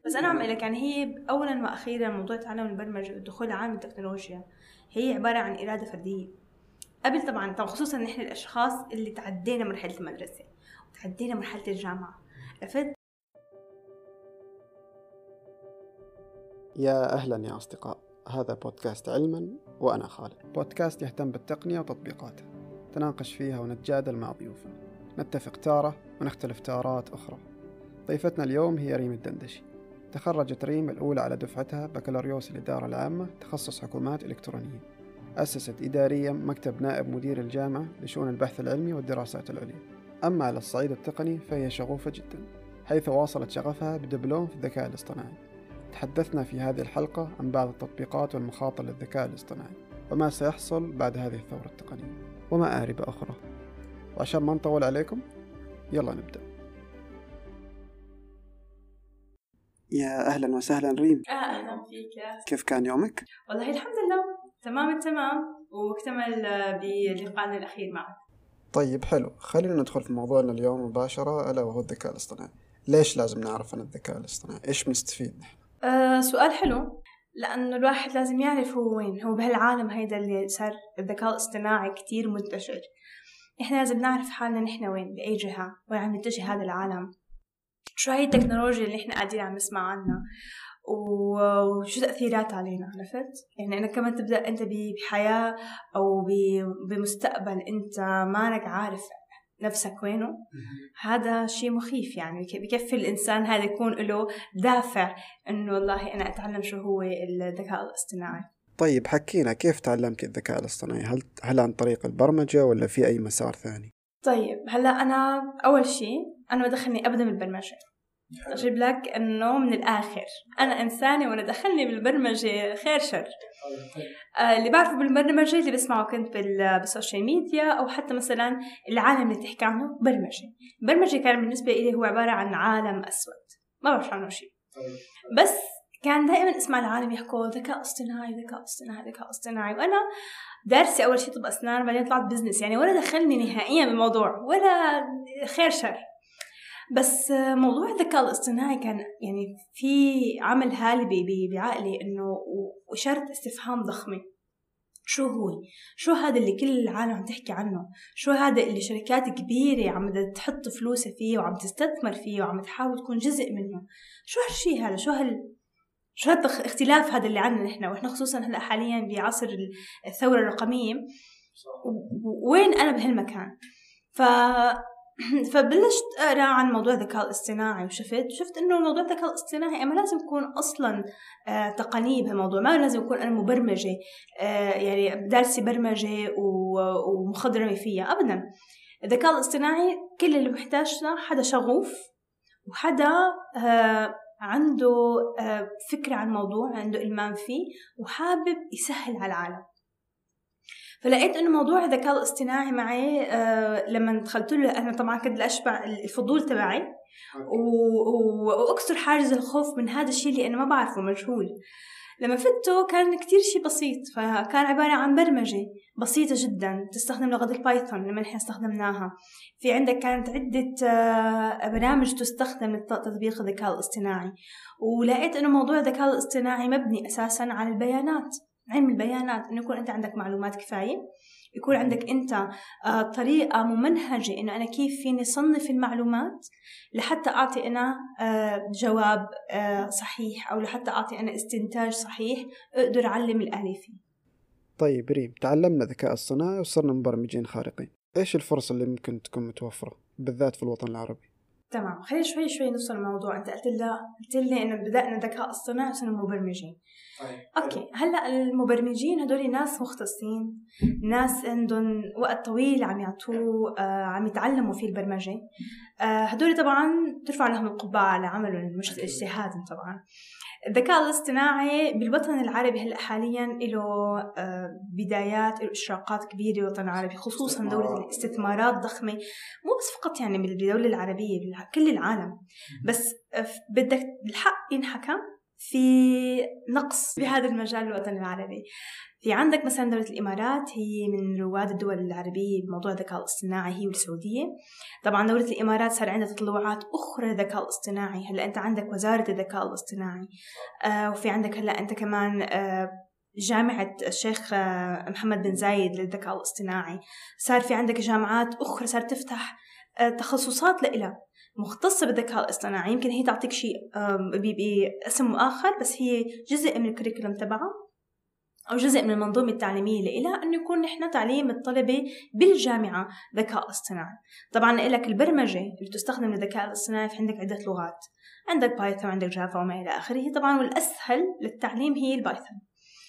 بس أنا عم لك يعني هي أولا وأخيرا موضوع تعلم البرمجة والدخول لعالم التكنولوجيا هي عبارة عن إرادة فردية. قبل طبعا خصوصا نحن الأشخاص اللي تعدينا مرحلة المدرسة وتعدينا مرحلة الجامعة. عرفت؟ يا أهلا يا أصدقاء، هذا بودكاست علما وأنا خالد. بودكاست يهتم بالتقنية وتطبيقاتها، تناقش فيها ونتجادل مع ضيوفنا، نتفق تارة ونختلف تارات أخرى. ضيفتنا اليوم هي ريم الدندشي. تخرجت ريم الأولى على دفعتها بكالوريوس الإدارة العامة تخصص حكومات إلكترونية. أسست إداريا مكتب نائب مدير الجامعة لشؤون البحث العلمي والدراسات العليا. أما على الصعيد التقني فهي شغوفة جدا، حيث واصلت شغفها بدبلوم في الذكاء الاصطناعي. تحدثنا في هذه الحلقة عن بعض التطبيقات والمخاطر للذكاء الاصطناعي وما سيحصل بعد هذه الثورة التقنية ومآرب أخرى. وعشان ما نطول عليكم يلا نبدأ. يا أهلا وسهلا ريم. أهلا فيك. كيف كان يومك؟ والله الحمد لله تمام التمام، واكتمل بلقائنا الأخير معك. طيب حلو، خلينا ندخل في موضوعنا اليوم مباشرة، ألا وهو الذكاء الاصطناعي. ليش لازم نعرف عن الذكاء الاصطناعي؟ إيش نستفيد نحن؟ سؤال حلو، لأنه الواحد لازم يعرف هو وين هو بهالعالم هيدا اللي صار الذكاء الاصطناعي كتير منتشر. إحنا لازم نعرف حالنا نحن وين، بأي جهة، وين عم يتجه هذا العالم، شو هي التكنولوجيا اللي إحنا قاعدين عم نسمع عنها، وشو تأثيرات علينا. عرفت؟ يعني أنا كمان تبدأ أنت بحياة أو بمستقبل أنت مانك عارف نفسك وينه. هذا شيء مخيف، يعني بكفي الإنسان هذا يكون له دافع إنه والله أنا أتعلم شو هو الذكاء الاصطناعي. طيب حكينا، كيف تعلمت الذكاء الاصطناعي؟ هل عن طريق البرمجة ولا في أي مسار ثاني؟ طيب هلا أنا أول شيء أنا ما دخلني أبدا بالبرمجة. أجيب لك إنه من الآخر أنا إنسانة وأنا دخلني بالبرمجة خير شر. اللي بعرفه بالبرمجة اللي بسمعه كنت بالسوشيال ميديا أو حتى مثلا العالم اللي تحكي عنه برمجة كان بالنسبة إلي هو عبارة عن عالم أسود ما بعرف عنه شيء. بس كان دائما اسمع العالم يحكوا ذكاء اصطناعي ذكاء اصطناعي ذكاء اصطناعي، وأنا دارسي أول شيء طب أسنان بعدين طلعت بزنس، يعني ولا دخلني نهائيا بالموضوع ولا خير شر. بس موضوع الذكاء الاصطناعي كان يعني في عمل هالبي بعقلي إنه وإشارة استفهام ضخمة. شو هو؟ شو هذا اللي كل العالم عم تحكي عنه؟ شو هذا اللي شركات كبيرة عم تحط فلوسها فيه وعم تستثمر فيه وعم تحاول تكون جزء منه؟ شو هالشي هذا؟ شو الاختلاف هذا اللي عنا نحن، وإحنا خصوصا هلأ حاليا بعصر الثورة الرقمية، وين أنا بهالمكان؟ فبلشت أقرأ عن موضوع الذكاء الاصطناعي وشفت إنه موضوع الذكاء الاصطناعي ما لازم يكون أصلاً تقني بهالموضوع، ما لازم يكون أنا مبرمجة يعني دارسي برمجة ومخضرمة فيها أبداً. الذكاء الاصطناعي كل اللي محتاجنا حدا شغوف وحدا عنده فكرة عن الموضوع، عنده إلمام فيه وحابب يسهل على العالم. فلقيت إنه موضوع الذكاء الاصطناعي معي لما دخلت له أنا طبعا كنت أشبع الفضول تبعي وأكسر حاجز الخوف من هذا الشيء اللي أنا ما بعرفه مجهول. لما فتته كان كتير شيء بسيط، فكان عبارة عن برمجة بسيطة جدا تستخدم لغة البايثون لما نحن استخدمناها. في عندك كانت عدة برامج تستخدم لتطبيق الذكاء الاصطناعي، ولقيت إنه موضوع الذكاء الاصطناعي مبني أساسا على البيانات، علم البيانات، إنه يكون أنت عندك معلومات كفاية، يكون عندك أنت طريقة ممنهجة إنه أنا كيف فيني صنف المعلومات لحتى أعطي أنا جواب صحيح، أو لحتى أعطي أنا استنتاج صحيح أقدر أعلم الآلة فيه. طيب ريم، تعلمنا ذكاء اصطناعي وصرنا مبرمجين خارقين، إيش الفرصة اللي ممكن تكون متوفرة بالذات في الوطن العربي؟ تمام، خلينا شوي نوصل الموضوع. أنت قلت لي إنه بدأنا ذكاء اصطناعي وصرنا مبرمجين. أوكي، هلأ المبرمجين هدول ناس مختصين، ناس عندهم وقت طويل عم يعطوه عم يتعلموا فيه البرمجة. هدول طبعا ترفع لهم القبعة على عملهم مش اجتهاد. طبعا الذكاء الاصطناعي بالوطن العربي هلأ حاليا له بدايات، له إشراقات كبيرة بالوطن العربي، خصوصا دولة الاستثمارات ضخمة، مو بس فقط يعني بالدولة العربية، بكل العالم. بس بدك الحق ينحكى، في نقص بهذا المجال الوطني العربي. في عندك مثلا دولة الإمارات، هي من رواد الدول العربية بموضوع الذكاء الاصطناعي، هي والسعودية. طبعا دولة الإمارات صار عندها تطلعات أخرى للذكاء الاصطناعي. هلأ أنت عندك وزارة الذكاء الاصطناعي، وفي عندك هلأ أنت كمان جامعة الشيخ محمد بن زايد للذكاء الاصطناعي. صار في عندك جامعات أخرى صار تفتح تخصصات لإلها مختصة بالذكاء الاصطناعي. يمكن هي تعطيك شيء باسم آخر، بس هي جزء من الكريكولم تبعها أو جزء من المنظومة التعليمية لإلها، أنه يكون نحن تعليم الطلبة بالجامعة ذكاء اصطناعي. طبعا لك البرمجة اللي تستخدم للذكاء الاصطناعي، في عندك عدة لغات، عندك بايثون، عندك جافا وما إلى آخره. طبعا والأسهل للتعليم هي البايثون.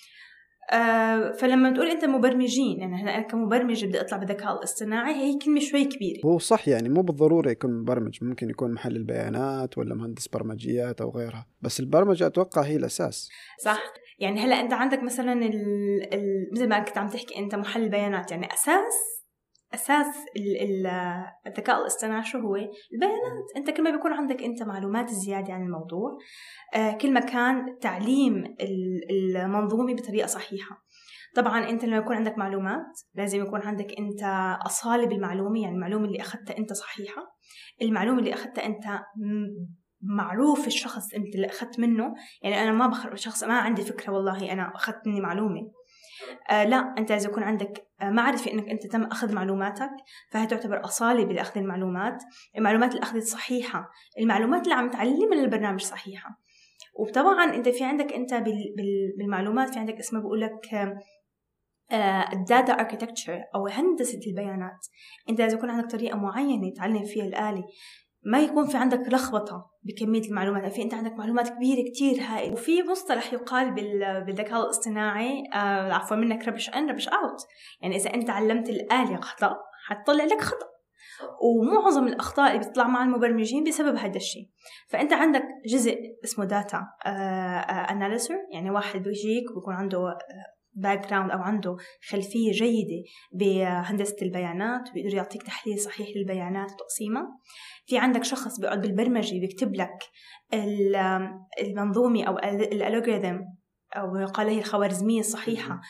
فلما تقول أنت مبرمجين، يعني أنا كمبرمج بدي أطلع بالذكاء الاصطناعي، هي كلمة شوي كبيرة. هو صح، يعني مو بالضرورة يكون مبرمج، ممكن يكون محلل البيانات ولا مهندس برمجيات أو غيرها، بس البرمجة أتوقع هي الأساس. صح. يعني هلأ أنت عندك مثلا مثل ما كنت عم تحكي أنت محلل بيانات، يعني أساس الذكاء الاصطناعي شو هو؟ البيانات. أنت كل ما بيكون عندك أنت معلومات زيادة عن الموضوع، كل ما كان تعليم المنظومة بطريقة صحيحة. طبعا أنت لما يكون عندك معلومات لازم يكون عندك أنت أصالة بالمعلومة، يعني المعلومة اللي أخذتها أنت صحيحة، المعلومة اللي أخذتها أنت معروف الشخص أنت اللي أخذت منه. يعني أنا ما بخرب شخص ما عندي فكرة والله أنا أخذت مني معلومة، لا، أنت إذا يكون عندك معرفة أنك أنت تم أخذ معلوماتك، فهي تعتبر أصالة بالأخذ المعلومات اللي أخذت صحيحة، المعلومات اللي عم تعلمها من البرنامج صحيحة. وطبعا أنت في عندك أنت بالمعلومات في عندك اسمه بقولك الداتا architecture أو هندسة البيانات. أنت إذا يكون عندك طريقة معينة تعلم فيها الآلة، ما يكون في عندك لخبطة بكمية المعلومات، في أنت عندك معلومات كبيرة كتير هائل. وفي مصطلح يقال بالذكاء الاصطناعي عفوا منك ربش in ربش out، يعني إذا أنت علمت الآلة خطأ حتطلع لك خطأ، ومعظم الأخطاء اللي بتطلع مع المبرمجين بسبب هذا الشيء. فأنت عندك جزء اسمه data analyzer، يعني واحد بيجيك ويكون عنده باك جراوند أو عنده خلفية جيدة بهندسة البيانات وبيقدر يعطيك تحليل صحيح للبيانات وتقسيمها. في عندك شخص بيقعد بالبرمجة بيكتب لك المنظومة أو الالوغوريثم أو يقال هي الخوارزمية الصحيحة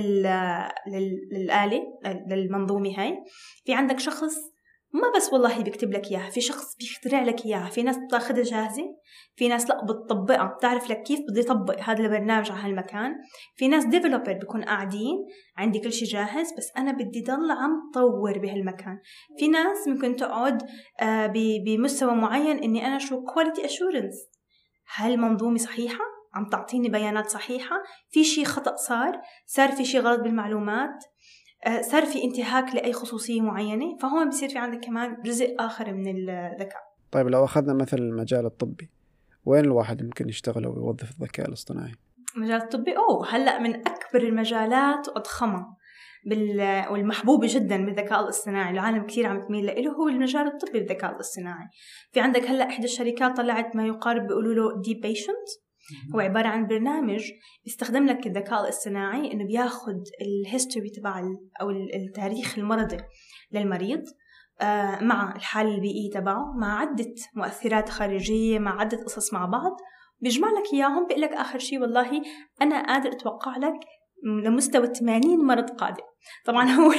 للآلة للمنظومة هاي. في عندك شخص ما بس والله بيكتب لك إياها، في شخص بيخترع لك إياها. في ناس بتاخدها جاهزة، في ناس لا بتطبقها، بتعرف لك كيف بدي أطبق هذا البرنامج على هالمكان. في ناس ديفلوبر بيكون قاعدين عندي كل شيء جاهز بس أنا بدي ضل عم طور بهالمكان. في ناس ممكن تقعد بمستوى معين إني أنا شو quality assurance، هل منظومة صحيحة عم تعطيني بيانات صحيحة، في شيء خطأ صار في شيء غلط بالمعلومات، صار في انتهاك لأي خصوصية معينة. فهون بصير في عندك كمان جزء آخر من الذكاء. طيب لو أخذنا مثل المجال الطبي، وين الواحد ممكن يشتغل أو يوظف الذكاء الاصطناعي؟ المجال الطبي هلأ من أكبر المجالات وأضخمها والمحبوبة جدا بالذكاء الاصطناعي، العالم كثير عم تميل له، هو المجال الطبي بالذكاء الاصطناعي. في عندك هلأ إحدى الشركات طلعت ما يقارب بيقولوا له Deep Patient، هو عبارة عن برنامج بيستخدم لك الذكاء الاصطناعي إنه بياخد الهيستوري تبع أو التاريخ المرضي للمريض مع الحالة البيئية تبعه، مع عدة مؤثرات خارجية، مع عدة قصص مع بعض، بيجمع لك إياهم، بيقول لك آخر شيء والله أنا قادر أتوقع لك لمستوى 80 مرض قادم. طبعا هو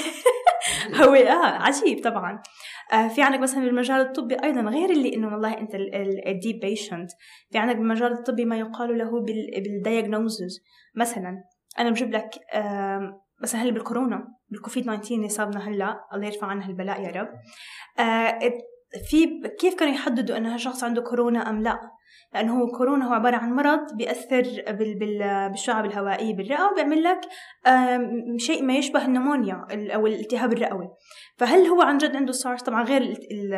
عجيب طبعا. في عندك مثلا بالمجال الطبي أيضا غير اللي إنه والله أنت الديب بيشنت، في عندك بالمجال الطبي ما يقال له بالدياغنوزز. مثلا أنا بجيب لك مثلا هلا بالكورونا، بالكوفيد 19 اللي صابنا هلا، الله يرفع عنها البلاء يا رب. في كيف كانوا يحددوا أنه هالشخص عنده كورونا أم لا؟ لأنه هو كورونا هو عبارة عن مرض بيأثر بالشعب الهوائية بالرئة، وبيعمل لك شيء ما يشبه النمونيا أو الالتهاب الرئوي. فهل هو عن جد عنده سارس؟ طبعا غير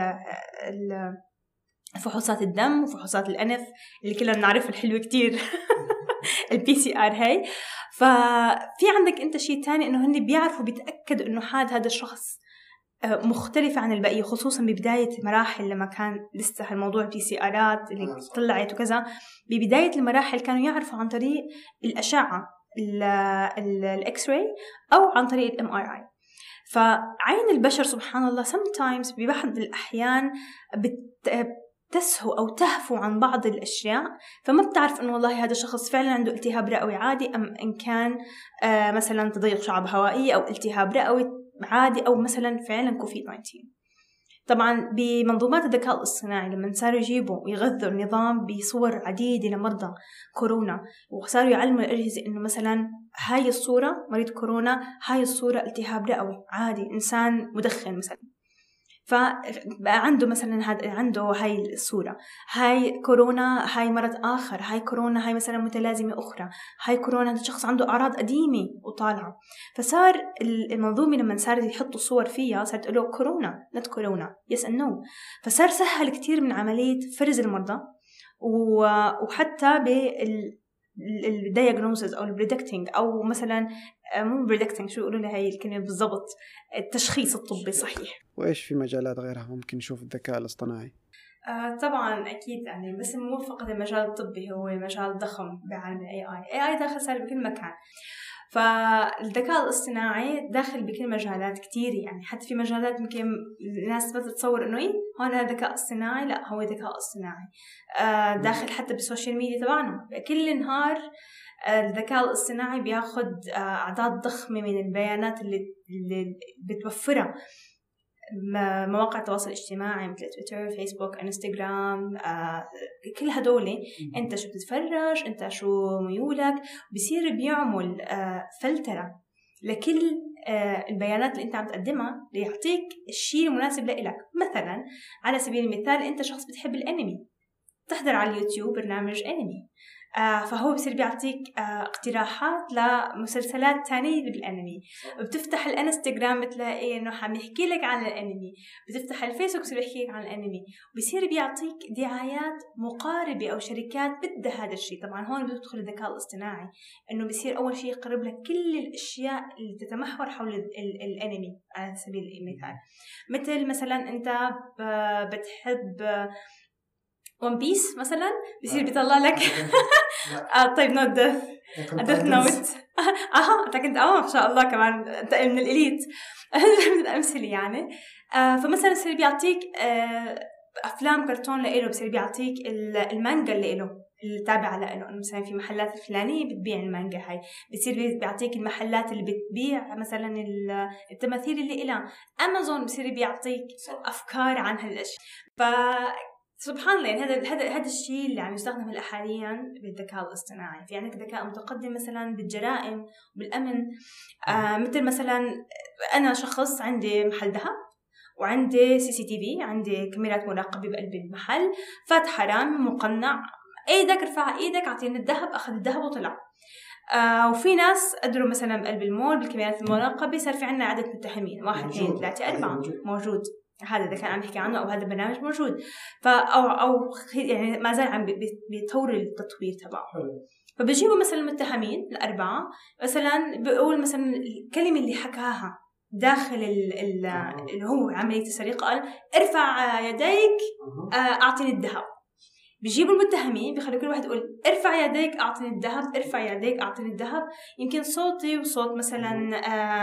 فحوصات الدم وفحوصات الأنف اللي كلنا بنعرفها الحلوة كتير الPCR هاي. ففي عندك أنت شيء تاني إنه هن بيعرفوا بيتأكدوا إنه هذا الشخص مختلف عن البقية، خصوصا ببداية المراحل لما كان لسه الموضوع PCRات اللي طلعت وكذا. ببداية المراحل كانوا يعرفوا عن طريق الأشعة الإكس راي أو عن طريق الMRI. فعين البشر سبحان الله sometimes ببعض الأحيان تسهو أو تهفو عن بعض الأشياء، فما بتعرف إنه والله هذا الشخص فعلا عنده التهاب رئوي عادي، أم إن كان مثلا تضيق شعب هوائي أو التهاب رئوي عادي، أو مثلا فعلا كوفيد-19. طبعا بمنظومات الذكاء الاصطناعي لما صاروا يجيبوا ويغذوا النظام بصور عديدة لمرضى كورونا، وصاروا يعلموا الأجهزة إنه مثلا هاي الصورة مريض كورونا، هاي الصورة التهاب رئوي عادي، إنسان مدخن مثلا، فبقى عنده مثلا عنده هاي الصورة، هاي كورونا، هاي مرض آخر، هاي كورونا، هاي مثلا متلازمة أخرى، هاي كورونا هذا الشخص عنده أعراض قديمة وطالعة. فصار المنظومة لما صارت يحطوا صور فيها صارت تقول له كورونا not كورونا yes and no، فصار سهل كتير من عملية فرز المرضى، وحتى الدياغنوزز أو البريدكتينج، أو مثلا مو بريدكتينج، شو يقولوا لها هاي الكلمة بالضبط، التشخيص الطبي صحيح. وإيش في مجالات غيرها ممكن نشوف الذكاء الاصطناعي؟ طبعا أكيد يعني، بس مو فقط المجال الطبي، هو مجال ضخم بعالم AI داخل صار بكل مكان. فالذكاء الاصطناعي داخل بكل مجالات كتير يعني، حتى في مجالات ممكن الناس بس تتصور إنه إيه هذا ذكاء اصطناعي، لا هو ذكاء اصطناي داخل حتى بالسوشيال ميديا تبعنا. كل نهار الذكاء الاصطناعي بياخد أعداد ضخمة من البيانات اللي بتوفرها مواقع التواصل الاجتماعي مثل تويتر، فيسبوك، انستغرام، كل هدول انت شو بتتفرج، انت شو ميولك، بصير بيعمل فلترة لكل البيانات اللي انت عم تقدمها ليعطيك الشيء المناسب لإلك. مثلا على سبيل المثال انت شخص بتحب الانمي، تحضر على اليوتيوب برنامج انمي، فهو بصير بيعطيك اقتراحات لمسلسلات تانية بالأنمي. بتفتح الانستغرام بتلاقي إنه حم يحكي لك عن الأنمي، بتفتح الفيسبوك بصير يحكي لك عن الأنمي، بصير بيعطيك دعايات مقاربة أو شركات بدها هذا الشيء. طبعا هون بيدخل الذكاء الاصطناعي، إنه بصير أول شيء يقرب لك كل الأشياء اللي تتمحور حول الأنمي. على سبيل المثال مثلا أنت بتحب ون بيس مثلا، بيصير بيطلع لك طيب نوت ديث نوت انت كنت ما شاء الله كمان انت من الإليت من الأمثلة يعني. فمثلا بيصير بيعطيك أفلام كرتون لإله، بيصير بيعطيك المانجا اللي له اللي تابعة له، مثلا في محلات الفلانية بتبيع المانجا هاي، بيصير بيعطيك المحلات اللي بتبيع مثلا التماثيل اللي إلها. أمازون بيصير بيعطيك أفكار عن هالأشياء. سبحان الله يعني هذا الشيء اللي عم يستخدم هلا حاليا بالذكاء الاصطناعي. في عندك ذكاء متقدم مثلا بالجرائم وبالأمن. مثل مثلا أنا شخص عندي محل ذهب وعندي CCTV، عندي كاميرات مراقبة بقلب المحل، فات حرامي مقنع، ايدك ارفع ايدك اعطيني الذهب، اخذ الذهب وطلع. وفي ناس قدروا مثلا بقلب المول بالكاميرات المراقبة صار في عنا عدد متهمين 1 2 3 4 موجود. هذا إذا كان عم يحكي عنه أو هذا البرنامج موجود، أو يعني ما زال عم بيطور التطوير تبعه. فبيجيبوا مثلا المتهمين الأربعة، مثلا بيقول مثلا الكلمة اللي حكاها داخل اللي هو عملية السرقة، قال ارفع يديك أعطيني الذهب. بيجيبوا المتهمين بيخلوا كل واحد يقول ارفع يديك أعطيني الذهب، ارفع يديك أعطيني الذهب. يمكن صوتي وصوت مثلا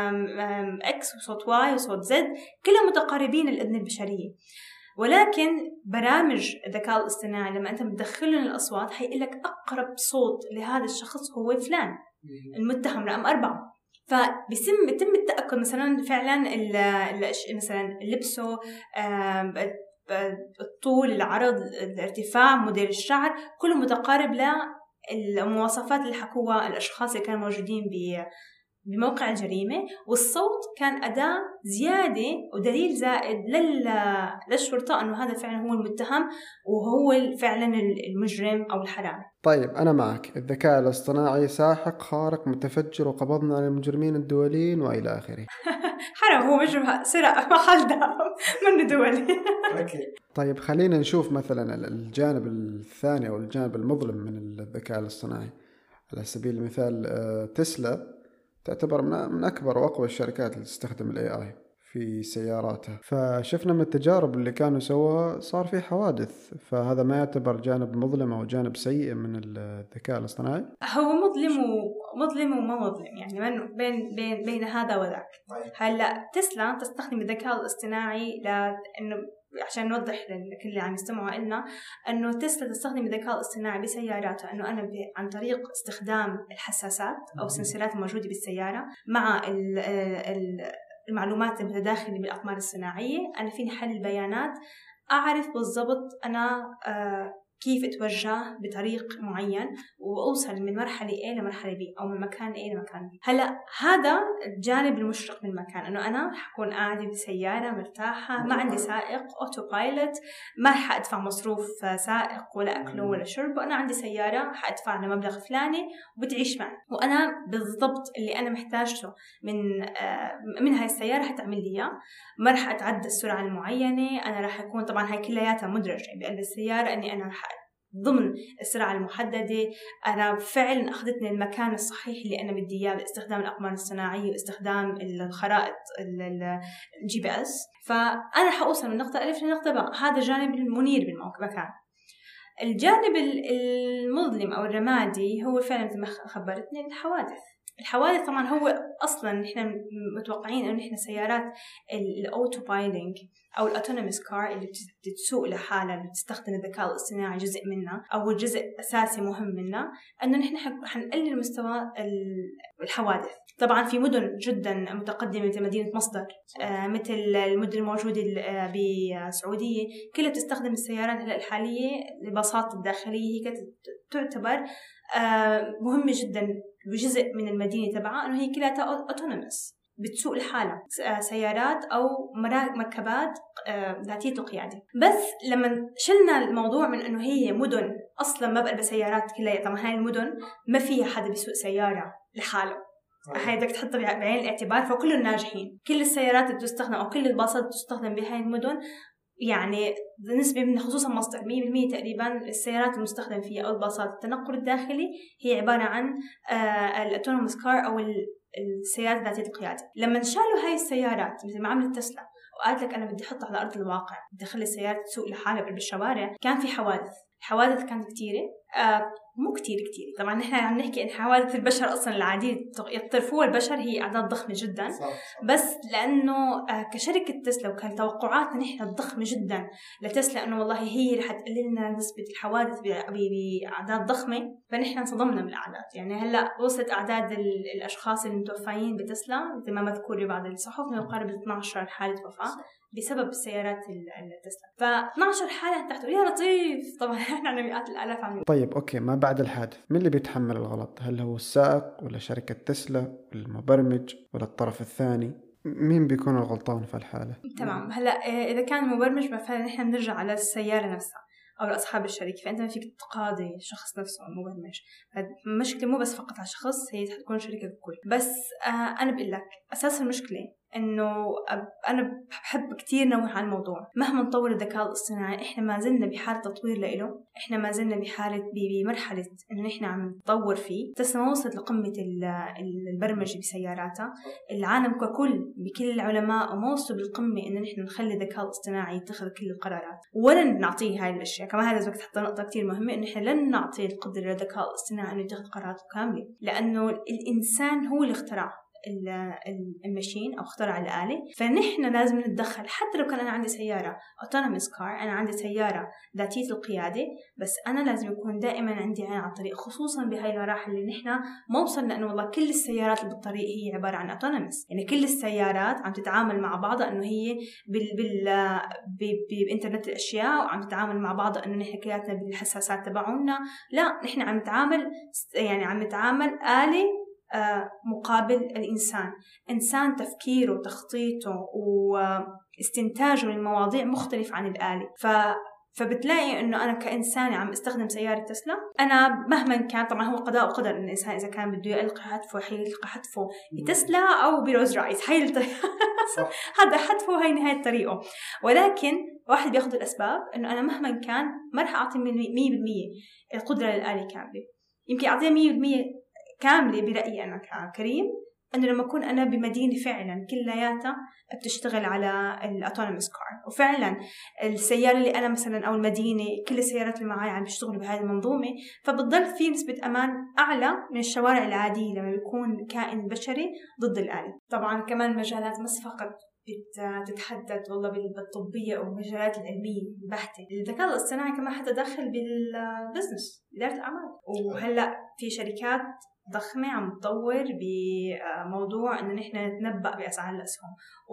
إكس وصوت واي وصوت زد كلهم متقاربين للأذن البشرية، ولكن برامج الذكاء الاصطناعي لما أنت بتدخلهم الأصوات هيقول لك أقرب صوت لهذا الشخص هو فلان المتهم رقم 4. فبيتم التأكد مثلا فعلا مثلا لبسه، الطول، العرض، الارتفاع، موديل الشعر، كله متقارب للمواصفات اللي حكوها الأشخاص اللي كانوا موجودين بموقع الجريمة. والصوت كان أداة زيادة ودليل زائد للشرطة أنه هذا فعلا هو المتهم وهو فعلا المجرم أو الحرامي. طيب أنا معك، الذكاء الاصطناعي ساحق خارق متفجر وقبضنا على المجرمين الدوليين وإلى آخره. حرام، هو مجرم سرق محل دهب من دولي. طيب خلينا نشوف مثلا الجانب الثاني أو الجانب المظلم من الذكاء الاصطناعي. على سبيل المثال تسلا تعتبر من أكبر وأقوى الشركات اللي تستخدم AI في سياراتها، فشفنا من التجارب اللي كانوا سووها صار في حوادث، فهذا ما يعتبر جانب مظلم أو جانب سيء من الذكاء الاصطناعي؟ هو مظلم وما مظلم يعني، بين هذا وذاك. هلا تسلا تستخدم الذكاء الاصطناعي لأنه عشان نوضح لكل اللي عم يستمعوا لنا إنه تسلا تستخدم الذكاء الاصطناعي بسياراتها، إنه أنا عن طريق استخدام الحساسات أو السنسورات الموجودة بالسيارة مع المعلومات المتداخلة بالأقمار الصناعية، أنا فيني حل البيانات، أعرف بالضبط أنا كيف أتوجه بطريق معين وأوصل من مرحلة A لمرحلة B أو من مكان A لمكان B. هلأ هذا الجانب المشرق من المكان، إنه أنا حكون قاعدة بسيارة مرتاحة، ما عندي سائق، أوتو بايلوت، ما حأدفع مصروف سائق ولا أكله ولا شرب، وأنا عندي سيارة حأدفع لها مبلغ فلاني وبتعيش معي، وأنا بالضبط اللي أنا محتاجته من هاي السيارة حتعمل لي إياه. ما رح أتعدى السرعة المعينة، أنا رح أكون طبعا هاي كلياتها مدرجة بقلب السيارة إني أنا رح ضمن السرعة المحددة، أنا فعلا أخذتني المكان الصحيح اللي أنا بدي إياه باستخدام الأقمار الصناعية واستخدام الخرائط الGPS. فأنا حأوصل من نقطة ألف لنقطة باء. هذا الجانب المنير بالمكان. الجانب المظلم أو الرمادي هو فعلا مثل ما خبرتني الحوادث طبعا هو أصلا نحن متوقعين إنه نحن سيارات الأوتو بايلينج أو الأوتونوموس كار اللي بتسوق لحالها، اللي بتستخدم الذكاء الاصطناعي جزء منها أو جزء أساسي مهم منها، إنه نحن حنقلل مستوى الحوادث. طبعا في مدن جدا متقدمة مثل مدينة مصدر، مثل المدن الموجودة بالسعودية، كلها تستخدم السيارات الحالية الباصات الداخلية، هي تعتبر مهمة جدا بجزء من المدينة تبعها، إنه هي كلها أوتونوموس بتسوق لحالها، سيارات أو مركبات ذاتية القيادة. بس لما شلنا الموضوع من إنه هي مدن أصلا ما بقى بسيارات كلها، طبعا هاي المدن ما فيها حدا بيسوق سيارة لحاله، هاي بدك تحطها بعين الاعتبار، فكلهم ناجحين. كل السيارات اللي بتستخدم أو كل الباصات اللي بتستخدم بهاي المدن يعني نسبة من خصوصا مصدر 100% تقريبا السيارات المستخدم فيها أو الباصات التنقل الداخلي هي عبارة عن الأوتونوموس كار أو السيارات ذاتية القيادة. لما شالوا هاي السيارات مثل ما عملت تسلا وقالت لك أنا بدي أحطها على أرض الواقع، بدي أخلي السيارات تسوق لحالها بالشوارع، كان في حوادث كانت كتيرة، مو كتير طبعا نحن عم نحكي إن حوادث البشر أصلا العادية يطرفوها البشر هي أعداد ضخمة جدا، بس لأنه كشركة تسلا وكان توقعاتنا نحن الضخمة جدا لتسلا إنه والله هي رح تقلل لنا نسبة الحوادث بأعداد ضخمة، فنحن انصدمنا من الأعداد. يعني هلا وصلت أعداد الأشخاص المتوفيين بتسلا مثل ما مذكور ببعض الصحف ما يقارب 12 حالة وفاة بسبب السيارات التسلا. ف 12 حالة تحت يا لطيف، طبعا احنا عندنا مئات الآلاف عم. طيب اوكي، ما بعد الحادث مين اللي بيتحمل الغلط؟ هل هو السائق ولا شركة تسلا ولا المبرمج ولا الطرف الثاني؟ مين بيكون الغلطان في الحالة؟ تمام. هلا اذا كان المبرمج فعلا نحن بنرجع على السيارة نفسها أو لأصحاب الشركة، فأنت ما فيك تقاضي الشخص نفسه المبرمج. فالمشكلة مو بس فقط على شخص، هي تكون شركة ككل. بس أنا بقول لك أساس المشكلة إنه أنا بحب كتير نوه على الموضوع. مهما نطور الذكاء الاصطناعي إحنا ما زلنا بحالة تطوير له، إحنا ما زلنا بمرحلة إنه نحن عم نطور فيه. تسلا ما وصلت لقمة البرمجة بسياراتها، العالم ككل بكل العلماء وما وصلوا بالقمة إنه نحن نخلي الذكاء الاصطناعي يتخذ كل القرارات، ولن نعطيه هاي الأشياء. كمان هذا الوقت حتى نقطة كتير مهمة إنه إحنا لن نعطي القدرة للذكاء الاصطناعي إنه يتخذ قراراته كاملة، لأنه الإنسان هو اللي اخترع الماشين أو اخترع الآلة، فنحن لازم نتدخل. حتى لو كان أنا عندي سيارة autonomous car، أنا عندي سيارة ذاتية القيادة، بس أنا لازم يكون دائما عندي عين على الطريق، خصوصا بهاي المراحل اللي نحن ما وصلنا إنه والله كل السيارات اللي بالطريق هي عبارة عن autonomous. يعني كل السيارات عم تتعامل مع بعضها إنه هي بإنترنت الأشياء، وعم تتعامل مع بعضها إنه نحن كلياتنا بالحساسات تبعونا. لا، نحن عم نتعامل آلة مقابل الإنسان. إنسان تفكيره وتخطيطه واستنتاجه للمواضيع مختلف عن الآلة. فبتلاقي إنه أنا كإنسان عم استخدم سيارة تسلا، أنا مهما كان طبعا هو قضاء وقدر إن الإنسان إذا كان بده يلقى حتفه حيلقى حتفه بتسلا أو بروز رايس، هاي هذا حتفه، هاي نهاية طريقه. ولكن واحد بياخد الأسباب إنه أنا مهما كان ما رح أعطي 100% القدرة للآلة كاملة. يمكن أعطيها 100% كاملة برأيي أنا كريم، أنه لما أكون أنا بمدينة فعلا كلياتها بتشتغل على الأوتونوموس كار، وفعلا السيارة اللي أنا مثلا أو المدينة كل السيارات اللي معايا عم بيشتغلوا بهذه المنظومة، فبتضل في نسبة أمان أعلى من الشوارع العادية لما يكون كائن بشري ضد الآلة. طبعا كمان مجالات مش فقط بتتحدد والله بالطبية أو المجالات العلمية البحتة. الذكاء الاصطناعي كمان حتدخل بالبزنس، إدارة الأعمال. وهلأ في شركات ضخمة عم تطور بموضوع إنه نحن نتنبأ بأسعار الأسهم.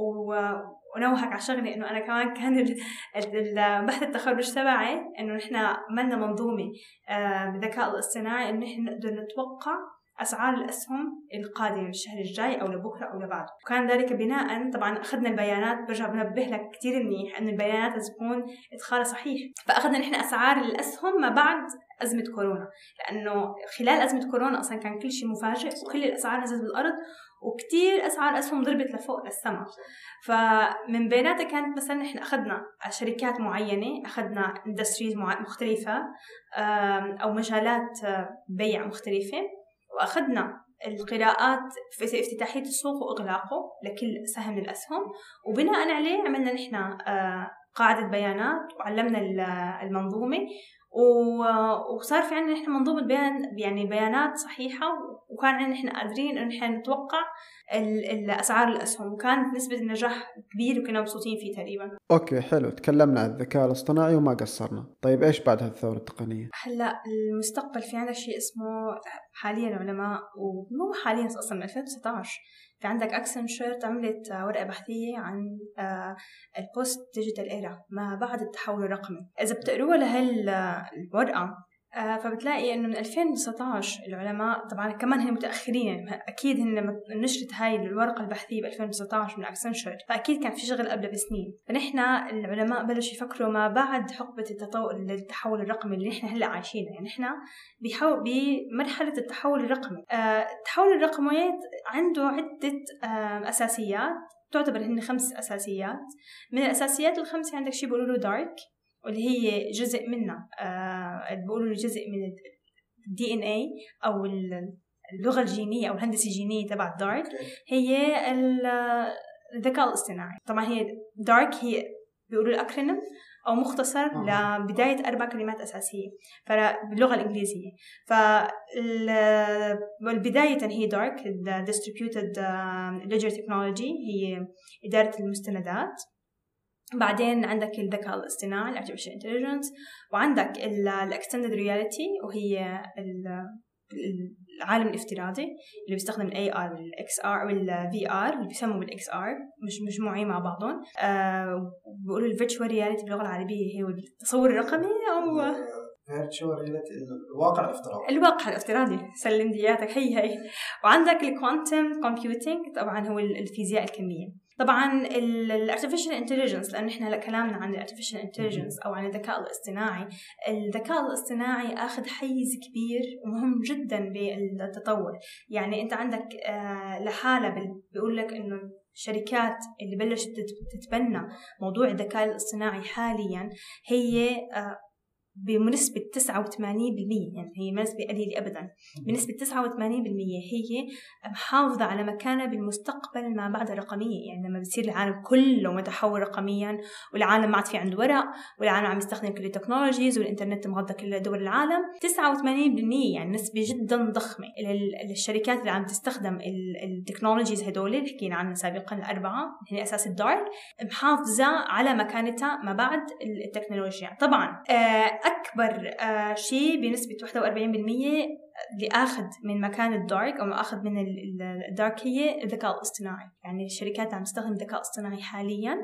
ونوهك على شغلة إنه أنا كمان كان بحث التخرج تبعي إنه نحن عملنا منظومة بالذكاء الاصطناعي إنه نحن نقدر نتوقع أسعار الأسهم القادمة الشهر الجاي أو لبكرة أو لبعده. وكان ذلك بناء طبعا أخذنا البيانات، برجع بنبه لك كتير منيح أن البيانات تكون إدخالها صحيح. فأخذنا نحن أسعار الأسهم ما بعد أزمة كورونا، لأنه خلال أزمة كورونا أصلا كان كل شيء مفاجئ وكل الأسعار نزلت بالأرض وكتير أسعار أسهم ضربت لفوق للسماء. فمن بيناتها كانت مثلا نحن أخذنا شركات معينة، أخذنا اندستريز مختلفة أو مجالات بيع مختلفة، وأخذنا القراءات في افتتاحية السوق وإغلاقه لكل سهم من الأسهم، وبناء عليه عملنا نحن قاعدة بيانات وعلمنا المنظومة، وصار في عندنا نحن منظومة يعني بيانات صحيحة، وكان عندنا نحن قادرين إن نحن نتوقع الأسعار الأسهم، وكانت نسبة النجاح كبير وكنا مبسوطين فيه تقريبا. أوكي حلو، تكلمنا عن الذكاء الاصطناعي وما قصرنا. طيب إيش بعد هالثورة التقنية؟ هلا المستقبل في عندك شيء اسمه حاليا العلماء، ومو حاليا أصلا من 2019 في عندك أكسنشر عملت ورقة بحثية عن البوست ديجيتال إيرا، ما بعد التحول الرقمي. إذا بتقروها لهالورقة فبتلاقي إنه من 2019 العلماء طبعا كمان هن متأخرين، أكيد هن لما نشرت هاي الورقة البحثية ب 2019 من أكسنشر فأكيد كان في شغل قبل بسنين. فنحن العلماء بلشوا يفكروا ما بعد حقبة التحول الرقمي اللي نحن هلا عايشينه. يعني نحن بمرحلة التحول الرقمي. التحول الرقمي عنده عدة أساسيات، تعتبر هن 5 أساسيات. من الأساسيات ال5 عندك شيء بيقولوا له دارك، واللي هي جزء منها بيقولوا له جزء من DNA أو اللغة الجينية أو الهندسة الجينية تبع الدارك، هي الذكاء الاصطناعي. طبعا هي دارك هي بيقولوا الأكرونيم أو مختصر لبداية 4 كلمات أساسية باللغة الإنجليزية. فالبداية هي دارك Distributed Ledger Technology، هي إدارة المستندات. بعدين عندك الذكاء الاصطناعي Artificial Intelligence، وعندك Extended Reality وهي العالم الافتراضي اللي بيستخدم AR والXR والVR اللي بيسموا بالXR مش مجموعين مع بعضهم. بيقولوا Virtual Reality باللغة العربية هي التصور الرقمي أو Virtual Reality الواقع الافتراضي. سلم دياتك هي. وعندك الكوانتم كومبيوتينج طبعا هو الفيزياء الكمية. طبعا الارتفيشال انتليجنس، لأن احنا هلا كلامنا عن الارتفيشال انتليجنس أو عن الذكاء الاصطناعي. الذكاء الاصطناعي أخذ حيز كبير ومهم جدا بالتطور. يعني أنت عندك لحالة بيقول لك إنه الشركات اللي بلشت تتبنى موضوع الذكاء الاصطناعي حاليا هي بنسبة 89%، يعني هي نسبة قليلة أبدا. بنسبة 89% هي محافظة على مكانها بالمستقبل ما بعد الرقمية. يعني لما بتصير العالم كله متحول رقميا والعالم ما عاد في عنده ورق والعالم عم يستخدم كل التكنولوجيز والإنترنت مغطى كل دول العالم، 89% يعني نسبة جدا ضخمة للشركات اللي عم تستخدم التكنولوجيز هدول اللي حكينا عنها سابقا الأربعة هي أساس الدارك، محافظة على مكانتها ما بعد التكنولوجيا. طبعا أكبر شيء بنسبة 41% اللي أخذ من مكان الدارك أو أخذ من الدارك هي الذكاء الاصطناعي. يعني الشركات عم تستخدم الذكاء الاصطناعي حاليا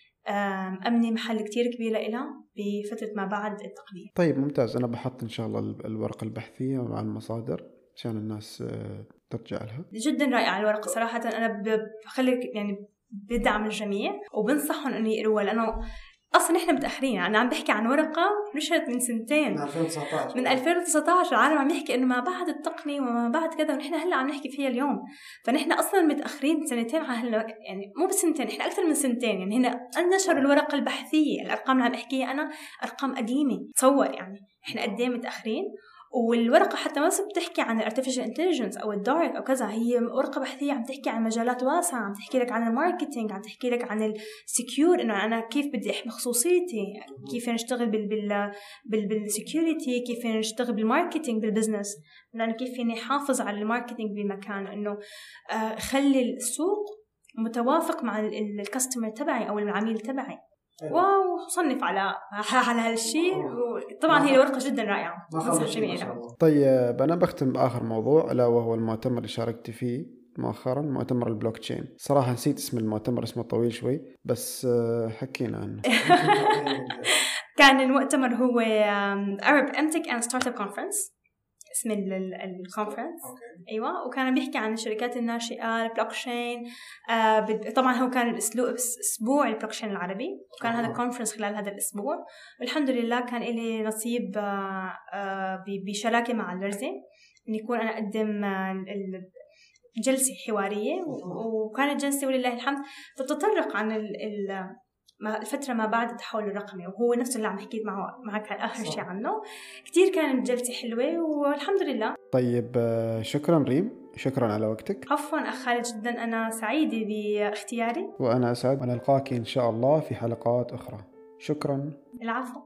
أمني محل كتير كبير لها بفترة ما بعد التقنية. طيب ممتاز، أنا بحط إن شاء الله الورقة البحثية مع المصادر عشان الناس ترجع لها. جدا رائعة الورقة صراحة. أنا بخليك يعني بدعم الجميع وبنصحهم أن يقروها، لأنه أصلاً إحنا متأخرين. أنا عم بحكي عن ورقة نشرت من 2 من 2019 العالم عم يحكي إنه ما بعد التقنية وما بعد كذا، ونحن هلأ عم نحكي فيها اليوم. فنحن أصلاً متأخرين 2 عن هلا، يعني مو ب2 إحنا أكثر من 2. يعني هنا نشروا الورقة البحثية. الأرقام اللي عم أحكيها أنا أرقام قديمة. تصور يعني إحنا قد إيه متأخرين. والورقة حتى ما بس بتحكي عن الارتفيشال انتليجنس او الدارك او كذا، هي ورقة بحثية عم تحكي عن مجالات واسعة، عم تحكي لك عن الماركتينج، عم تحكي لك عن السكيور، انه انا كيف بدي احمي خصوصيتي، كيف نشتغل بالسكيورتي، كيف نشتغل بالماركتينج بالبزنس، لانه كيف فيني احافظ على الماركتينج بمكان انه خلي السوق متوافق مع الكاستمر تبعي أو العميل تبعي. واو، صنف على هالشيء. وطبعا هي ورقة جدا رائعة، أنصح الجميع. طيب أنا بختم بآخر موضوع، ألا وهو المؤتمر اللي شاركت فيه مؤخرا، مؤتمر البلوك تشين. صراحة نسيت اسم المؤتمر، اسمه طويل شوي، بس حكينا عنه. كان المؤتمر هو Arab Emtech and Startup Conference، اسم الكونفرنس. ايوه، وكان بيحكي عن الشركات الناشئه، البلوك تشين. طبعا هو كان اسبوع البلوك تشين العربي، وكان هذا الكونفرنس خلال هذا الاسبوع. والحمد لله كان لي نصيب بشراكه مع الرزة ان يكون انا اقدم جلسه حواريه، وكانت جلسه ولله الحمد تتطرق عن الفترة ما بعد التحول الرقمي، وهو نفسه اللي عم حكيت معك آخر شيء عنه. كتير كانت جلسة حلوة والحمد لله. طيب شكرا ريم، شكرا على وقتك. عفوا أخ خالد، جدا أنا سعيدة باختياري. وأنا أسعد، ونلقاك إن شاء الله في حلقات أخرى. شكرا. العفو.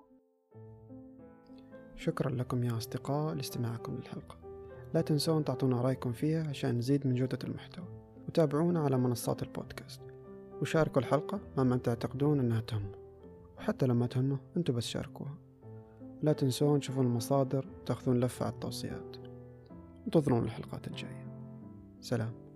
شكرا لكم يا أصدقاء لاستماعكم للحلقة. لا تنسون تعطونا رأيكم فيها عشان نزيد من جودة المحتوى، وتابعونا على منصات البودكاست، وشاركوا الحلقة مع من تعتقدون أنها تهم، وحتى لما تهمه أنتوا بس شاركوها. لا تنسون تشوفون المصادر وتأخذون لفة على التوصيات. انتظرون الحلقات الجاية. سلام.